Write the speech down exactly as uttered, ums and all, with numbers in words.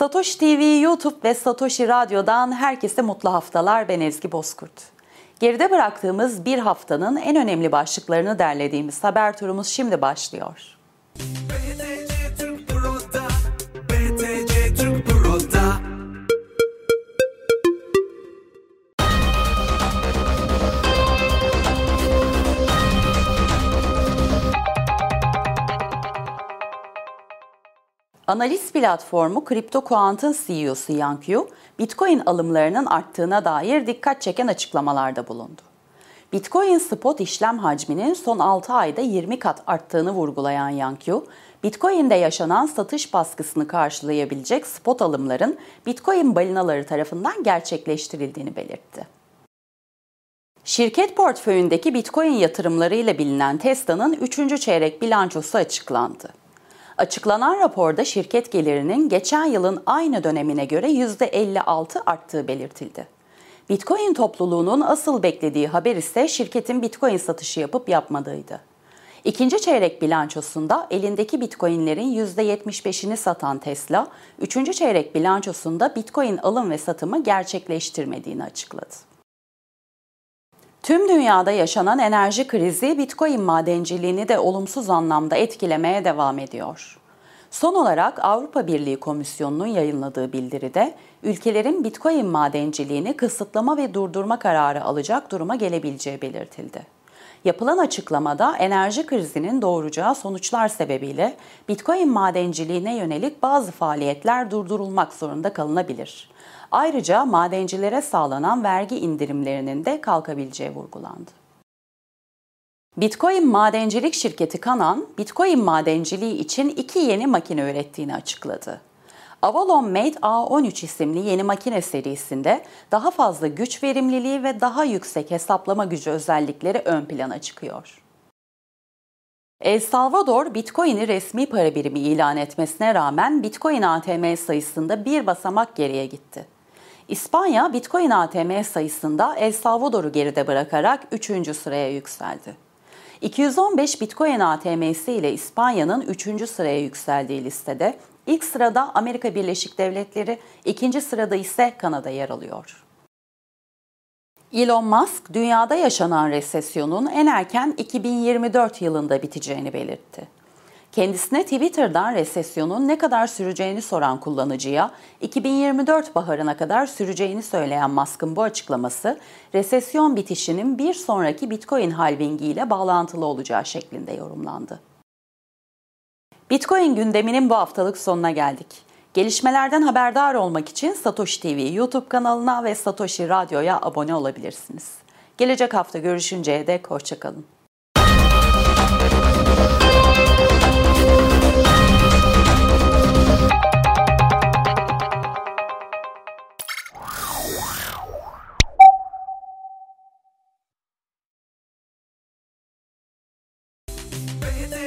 Satoshi T V, YouTube ve Satoshi Radyo'dan herkese mutlu haftalar. Ben Ezgi Bozkurt. Geride bıraktığımız bir haftanın en önemli başlıklarını derlediğimiz haber turumuz şimdi başlıyor. B T C Türk Pro'da, B T C Türk Pro'da. Analiz platformu CryptoQuant'ın C E O'su Yang Yu, Bitcoin alımlarının arttığına dair dikkat çeken açıklamalarda bulundu. Bitcoin spot işlem hacminin son altı ayda yirmi kat arttığını vurgulayan Yang Yu, Bitcoin'de yaşanan satış baskısını karşılayabilecek spot alımların Bitcoin balinaları tarafından gerçekleştirildiğini belirtti. Şirket portföyündeki Bitcoin yatırımlarıyla bilinen Tesla'nın üçüncü çeyrek bilançosu açıklandı. Açıklanan raporda şirket gelirinin geçen yılın aynı dönemine göre yüzde elli altı arttığı belirtildi. Bitcoin topluluğunun asıl beklediği haber ise şirketin Bitcoin satışı yapıp yapmadığıydı. İkinci çeyrek bilançosunda elindeki Bitcoin'lerin yüzde yetmiş beşini satan Tesla, üçüncü çeyrek bilançosunda Bitcoin alım ve satımı gerçekleştirmediğini açıkladı. Tüm dünyada yaşanan enerji krizi Bitcoin madenciliğini de olumsuz anlamda etkilemeye devam ediyor. Son olarak Avrupa Birliği Komisyonu'nun yayınladığı bildiride ülkelerin Bitcoin madenciliğini kısıtlama ve durdurma kararı alacak duruma gelebileceği belirtildi. Yapılan açıklamada enerji krizinin doğuracağı sonuçlar sebebiyle Bitcoin madenciliğine yönelik bazı faaliyetler durdurulmak zorunda kalınabilir. Ayrıca madencilere sağlanan vergi indirimlerinin de kalkabileceği vurgulandı. Bitcoin madencilik şirketi Canaan, Bitcoin madenciliği için iki yeni makine ürettiğini açıkladı. Avalon Mate A on üç isimli yeni makine serisinde daha fazla güç verimliliği ve daha yüksek hesaplama gücü özellikleri ön plana çıkıyor. El Salvador, Bitcoin'i resmi para birimi ilan etmesine rağmen Bitcoin A T M sayısında bir basamak geriye gitti. İspanya, Bitcoin A T M sayısında El Salvador'u geride bırakarak üçüncü sıraya yükseldi. iki yüz on beş Bitcoin A T M'si ile İspanya'nın üçüncü sıraya yükseldiği listede ilk sırada Amerika Birleşik Devletleri, ikinci sırada ise Kanada yer alıyor. Elon Musk, dünyada yaşanan resesyonun en erken iki bin yirmi dört yılında biteceğini belirtti. Kendisine Twitter'dan resesyonun ne kadar süreceğini soran kullanıcıya iki bin yirmi dört baharına kadar süreceğini söyleyen Musk'ın bu açıklaması, resesyon bitişinin bir sonraki Bitcoin halvingi ile bağlantılı olacağı şeklinde yorumlandı. Bitcoin gündeminin bu haftalık sonuna geldik. Gelişmelerden haberdar olmak için Satoshi T V YouTube kanalına ve Satoshi Radyo'ya abone olabilirsiniz. Gelecek hafta görüşünceye dek hoşça kalın. B T